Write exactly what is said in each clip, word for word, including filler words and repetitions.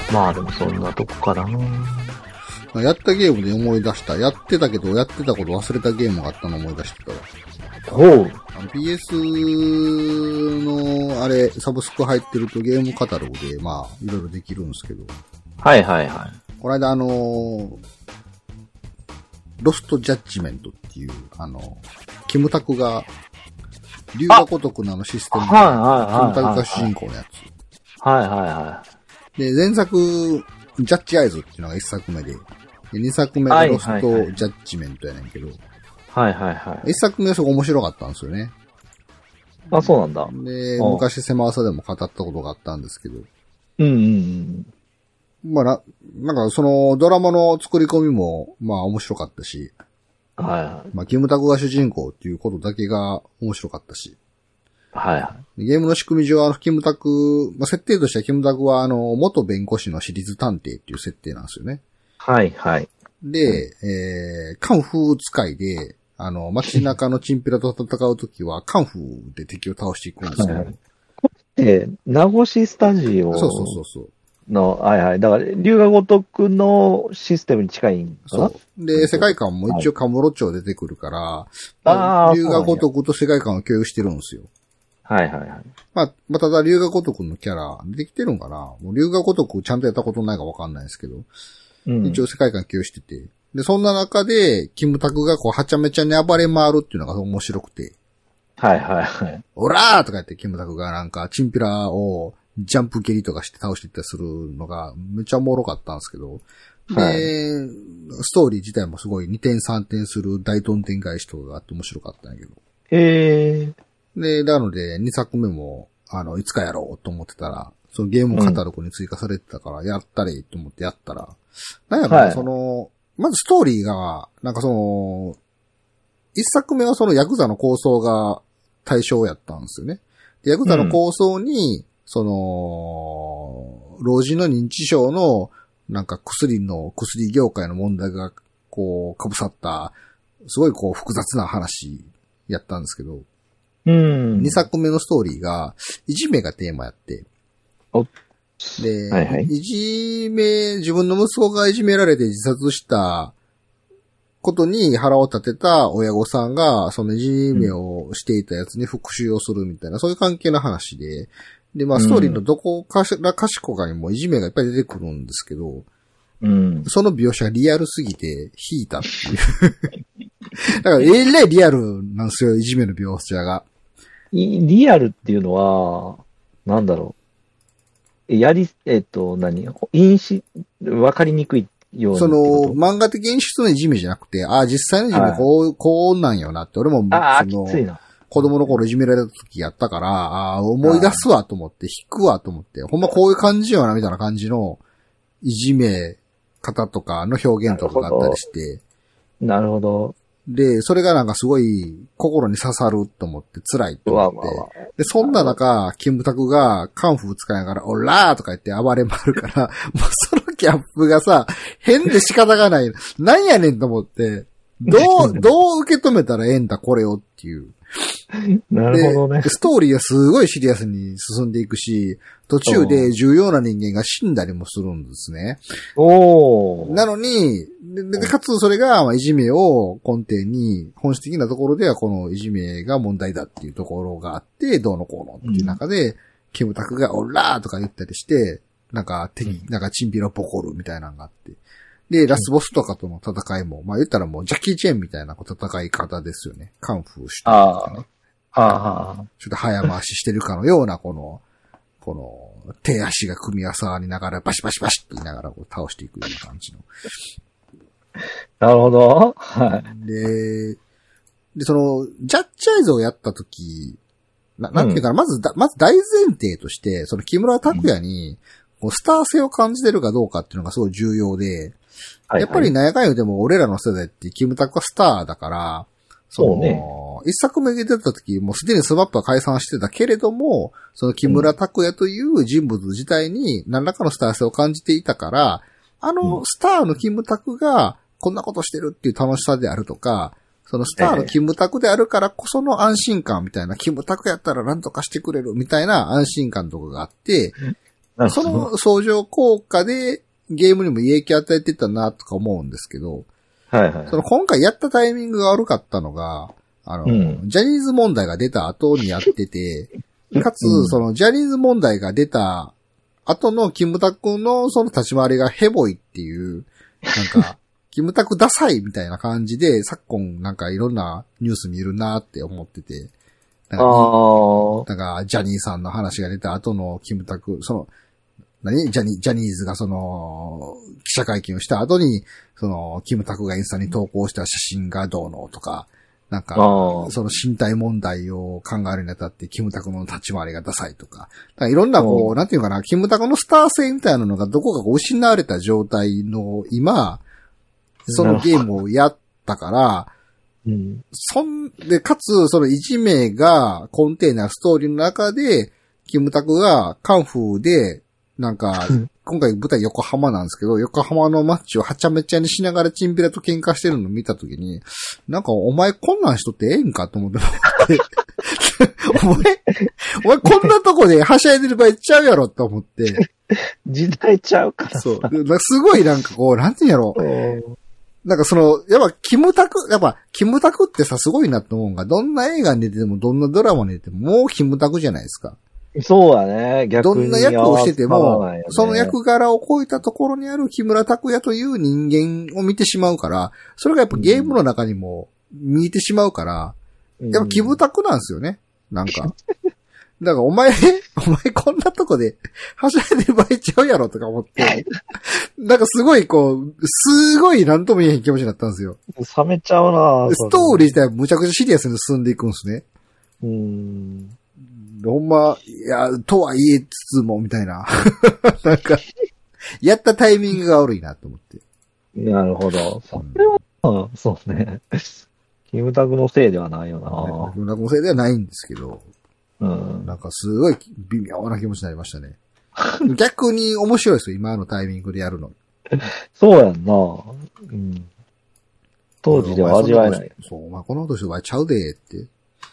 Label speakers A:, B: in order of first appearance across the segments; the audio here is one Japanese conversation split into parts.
A: まあでもそんなとこかな。
B: やったゲームで思い出した。やってたけど、やってたこと忘れたゲームがあったの思い出してたわ。
A: ほう。
B: ピーエス の、あれ、サブスク入ってるとゲームカタログで、まあ、いろいろできるんですけど。
A: はいはいはい。
B: この間あのー、ロストジャッジメントっていう、あの、キムタクが、龍が如くのあのシステムで、キムタクが主人公のやつ。
A: はいはいはい。
B: で、前作、ジャッジアイズっていうのが一作目で、で二作目がロストジャッジメントやねんけど、
A: はいはいはい。
B: 一作目はすごい面白かったんですよね。
A: あ、そうなんだ。
B: で、昔狭朝でも語ったことがあったんですけど。
A: うんうんうん。
B: まあな、なんかそのドラマの作り込みも、まあ面白かったし、
A: はいはい。
B: まあキムタクが主人公っていうことだけが面白かったし。
A: はいはい。
B: ゲームの仕組み上、あの、キムタク、まあ、設定としてはキムタクは、あの、元弁護士の私立探偵っていう設定なんですよね。
A: はいはい。
B: で、えー、カンフー使いで、あの、街中のチンピラと戦うときは、カンフーで敵を倒していくんですよ。はいはい、
A: これって、名越スタジオ。
B: そうそうそうそう。
A: の、はいはい。だから、龍が如くのシステムに近いんかな。
B: そう。で、世界観も一応カムロ町出てくるから、はい、龍が如くと世界観を共有してるんですよ。
A: はいはいはい。
B: まあ、まあ、ただ、龍が如くのキャラ、出てきてるんかな。もう龍が如くちゃんとやったことないかわかんないですけど、うん、一応世界観共有してて。で、そんな中で、キムタクがこう、はちゃめちゃに暴れ回るっていうのが面白くて。
A: はいはいはい。
B: オラーとか言ってキムタクがなんか、チンピラをジャンプ蹴りとかして倒していったりするのが、めっちゃおもろかったんですけど。で、はい、ストーリー自体もすごいにてんさんてんする大どんでん返しとかがあって面白かったんやけど。
A: へー。
B: で、なので、にさくめも、あの、いつかやろうと思ってたら、そのゲームカタログに追加されてたから、やったれと思ってやったら、うん、なんやろな、はい、その、まずストーリーが、なんかその、一作目はそのヤクザの構想が対象やったんですよね。でヤクザの構想に、うん、その、老人の認知症の、なんか薬の、薬業界の問題が、こう、被さった、すごいこう、複雑な話やったんですけど、
A: うん。
B: 二作目のストーリーが、いじめがテーマやって。
A: お
B: で、
A: はいはい、
B: いじめ、自分の息子がいじめられて自殺したことに腹を立てた親御さんが、そのいじめをしていたやつに復讐をするみたいな、うん、そういう関係の話で、で、まあ、ストーリーのどこかしらかしこかにもいじめがいっぱい出てくるんですけど、
A: うん、
B: その描写がリアルすぎて引いたっていう。だから、えらいリアルなんですよ、いじめの描写が。
A: リアルっていうのは、なんだろう。やり、えっと、何因子、わかりにくいように。
B: その、漫画的演出のいじめじゃなくて、ああ、実際のいじめこう、はい、こうなんよなって、俺も、
A: ああ、
B: その
A: きついな。
B: 子供の頃いじめられた時やったから、ああ、思い出すわと思って、引くわと思って、ほんまこういう感じよな、みたいな感じの、いじめ方とかの表現とかがあったりして。
A: なるほど。
B: で、それがなんかすごい心に刺さると思って辛いと思って。
A: わわわ
B: で、そんな中、キムタクがカンフー使いながら、オラーとか言って暴れ回るから、もうそのギャップがさ、変で仕方がない。なんやねんと思って、どう、どう受け止めたらええんだ、これをっていう。
A: なるほどね。
B: ストーリーがすごいシリアスに進んでいくし、途中で重要な人間が死んだりもするんですね。
A: おー。
B: なのに、で、かつそれが、まあ、いじめを根底に、本質的なところではこのいじめが問題だっていうところがあって、どうのこうのっていう中で、うん、キムタクがオラーとか言ったりして、なんか敵、うん、なんかチンピラボコるみたいなのがあって。で、ラスボスとかとの戦いも、まあ言ったらもうジャッキー・チェンみたいな戦い方ですよね。カンフーしてるとかね。
A: ああ。
B: ちょっと早回ししてるかのような、この、この、手足が組み合わさりながら、バシバシバシって言いながらこう倒していくような感じの。
A: なるほど。はい。
B: で、で、その、ジャッジアイズをやったとき、な、なんていうかな、うん、まずだ、まず大前提として、その木村拓哉に、こうスター性を感じてるかどうかっていうのがすごい重要で、やっぱりなんやかんやでも俺らの世代ってキムタクはスターだから、
A: そうね。
B: 一作目に出た時、もうすでにスマップは解散してたけれども、その木村拓哉という人物自体に何らかのスター性を感じていたから、あのスターのキムタクがこんなことしてるっていう楽しさであるとか、そのスターのキムタクであるからこその安心感みたいな、キムタクやったら何とかしてくれるみたいな安心感とかがあって、 その相乗効果でゲームにも影響与えてたなとか思うんですけど、
A: はいはい。
B: その今回やったタイミングが悪かったのが、あの、うん、ジャニーズ問題が出た後にやってて、かつ、そのジャニーズ問題が出た後のキムタクのその立ち回りがヘボいっていう、なんか、キムタクダサいみたいな感じで、昨今なんかいろんなニュース見るなって思ってて、なんか、なんかジャニーさんの話が出た後のキムタク、その、何ジャニジャニーズがその、記者会見をした後に、その、キムタクがインスタに投稿した写真がどうのとか、なんか、その身体問題を考えるにあたって、キムタクの立ち回りがダサいとか、だからいろんなこう、なんていうかな、キムタクのスター性みたいなのがどこかこう失われた状態の今、そのゲームをやったから、うん、そんで、かつ、そのいじめが根底なストーリーの中で、キムタクがカンフーで、なんか、今回舞台横浜なんですけど、横浜のマッチをはちゃめちゃにしながらチンピラと喧嘩してるのを見たときに、なんかお前こんなんしとってええんかと思って、お前、お前こんなとこではしゃいでる場合ちゃうやろって思って。
A: 時代ちゃうからさ。
B: そう。すごいなんかこう、なんていうんやろ。なんかその、やっぱ、キムタク、やっぱ、キムタクってさ、すごいなって思うのが、どんな映画に出ても、どんなドラマに出ても、もうキムタクじゃないですか。
A: そうだね、逆に。
B: どんな役をしてても、ね、その役柄を超えたところにある木村拓哉という人間を見てしまうから、それがやっぱゲームの中にも見えてしまうから、うん、やっぱキムタクなんですよね。なんか。だからお前、お前こんなとこで、はしゃいでる場合ちゃうやろとか思って、なんかすごいこう、すごいなんとも言えへん気持ちになったんですよ。
A: 冷めちゃうな
B: ストーリー自体はむちゃくちゃシリアスに進んでいくんですね。
A: うーん。
B: ほんま、いや、とは言えつつも、みたいな。なんか、やったタイミングが悪いなと思って。
A: なるほど。それは、うん、そうね。キムタクのせいではないよな。
B: キムタクのせいではないんですけど。
A: うん。
B: なんかすごい微妙な気持ちになりましたね。逆に面白いですよ、今のタイミングでやるの。
A: そうやんな。うん。当時では味わえない。
B: そう、まあ、この年はちゃうでーって。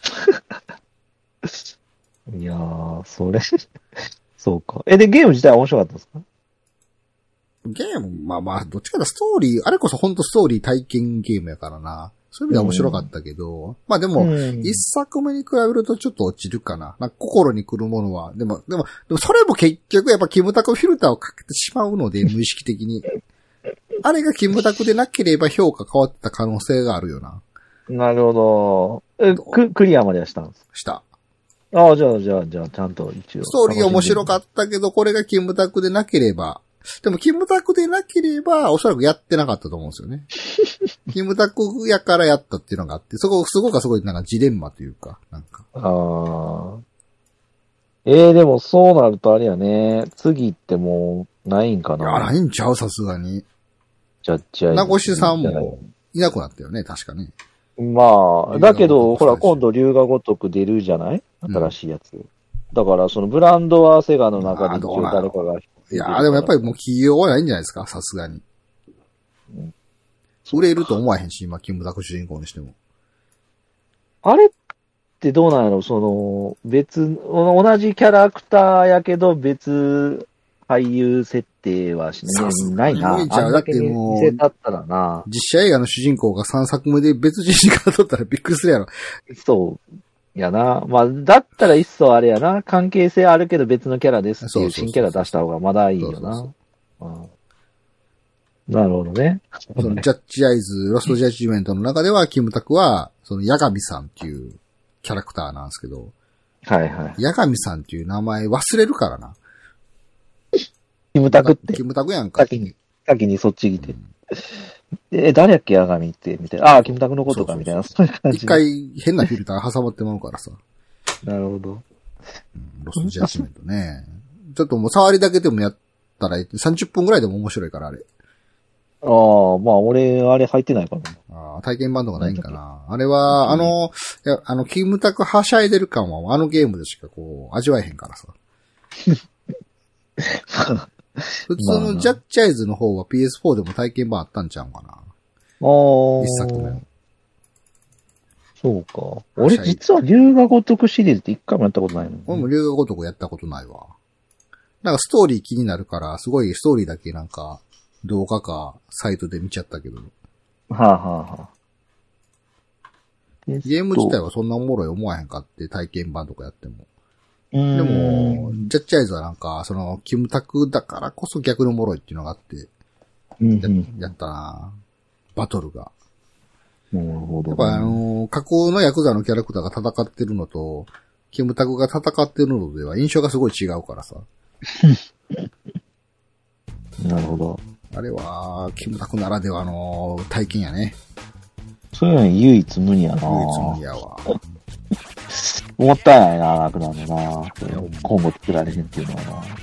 A: いやー、それ、そうか。え、で、ゲーム自体は面白かったですか？
B: ゲーム、まあまあ、どっちかとストーリー、あれこそ本当ストーリー体験ゲームやからな。そういう意味では面白かったけど、うん、まあでも、一作目に比べるとちょっと落ちるかな。なんか心に来るものは。でも、でも、でもそれも結局やっぱキムタクフィルターをかけてしまうので、無意識的に。あれがキムタクでなければ評価変わってた可能性があるよな。
A: なるほど。え、ク、クリアまではしたんですか？
B: した。
A: ああ、じゃあ、じゃあ、じゃあ、ちゃんと一応。
B: ストーリー面白かったけど、これがキムタクでなければ、でもキムタクでなければ、おそらくやってなかったと思うんですよね。キムタクやからやったっていうのがあって、そこ、すごくすごいなんかジレンマというか、なんか。
A: ああ。ええー、でもそうなるとあれやね、次ってもう、ないんかな。
B: いや、ないんちゃう、さすがに。
A: じゃっちゃい。
B: 名越さんも、いなくなったよね、確かね。
A: まあ、だけど、ほら、今度龍が如く出るじゃない新しいやつ。うん、だから、そのブランドはセガの中で一応誰かが。
B: いやーでもやっぱりもう企業はないんじゃないですか、さすがに。うん、売れると思わへんし、今、キムタク主人公にしても。
A: あれってどうなんやろその、別、同じキャラクターやけど、別俳優設定はしない。ないな。あんだけ見せたったらな。
B: 実写映画の主人公がさんさくめで別人から撮ったらびっくりするやろ。
A: そう。やな。まあ、だったら一層あれやな。関係性あるけど別のキャラですっていう新キャラ出した方がまだいいよな。そうそうそう、なるほどね。
B: そのジャッジアイズ、ロストジャッジメントの中では、キムタクは、その、ヤガミさんっていうキャラクターなんですけど。
A: はいはい。
B: ヤガミさんっていう名前忘れるからな。
A: キムタクって。
B: キムタクやんか。
A: 先に、先にそっち来て。うん、え、誰やっけ、ヤガミって、みたいな。ああ、キムタクのことか、みたいな。そういう感じ。
B: 一回変なフィルター挟まってまうからさ。
A: なるほど。
B: うん、ロストジャッジメントね。ちょっともう触りだけでもやったら、さんじゅっぷんぐらいでも面白いから、あれ。
A: ああ、まあ俺、あれ入ってないかな。
B: ああ、体験版とかないんかな。あれは、あの、いや、あの、キムタクはしゃいでる感は、あのゲームでしかこう、味わえへんからさ。普通のジャッジアイズの方は ピーエスフォー でも体験版あったんちゃうかな。ああ。一作目。
A: そうか。俺実は龍が如くシリーズって一回もやったことないの、ね。
B: 俺も龍が如くやったことないわ。 なんかストーリー気になるから、すごいストーリーだけなんか、動画か、サイトで見ちゃったけど。
A: はあ、はあはあ、
B: ゲーム自体はそんなおもろい思わへんかって体験版とかやっても。
A: で
B: も、ジャッジアイズはなんか、その、キムタクだからこそ逆におもろいっていうのがあって、
A: うんうん、
B: や, やったなバトルが。
A: なるほど、
B: やっぱあのー、過去のヤクザのキャラクターが戦ってるのと、キムタクが戦ってるのでは印象がすごい違うからさ。
A: なるほど。
B: あれは、キムタクならではの体験やね。
A: そういうのに唯一無二やな
B: 唯一無二やわ。
A: もったいないな、なくなるのな。今後作られへんっていうのはな。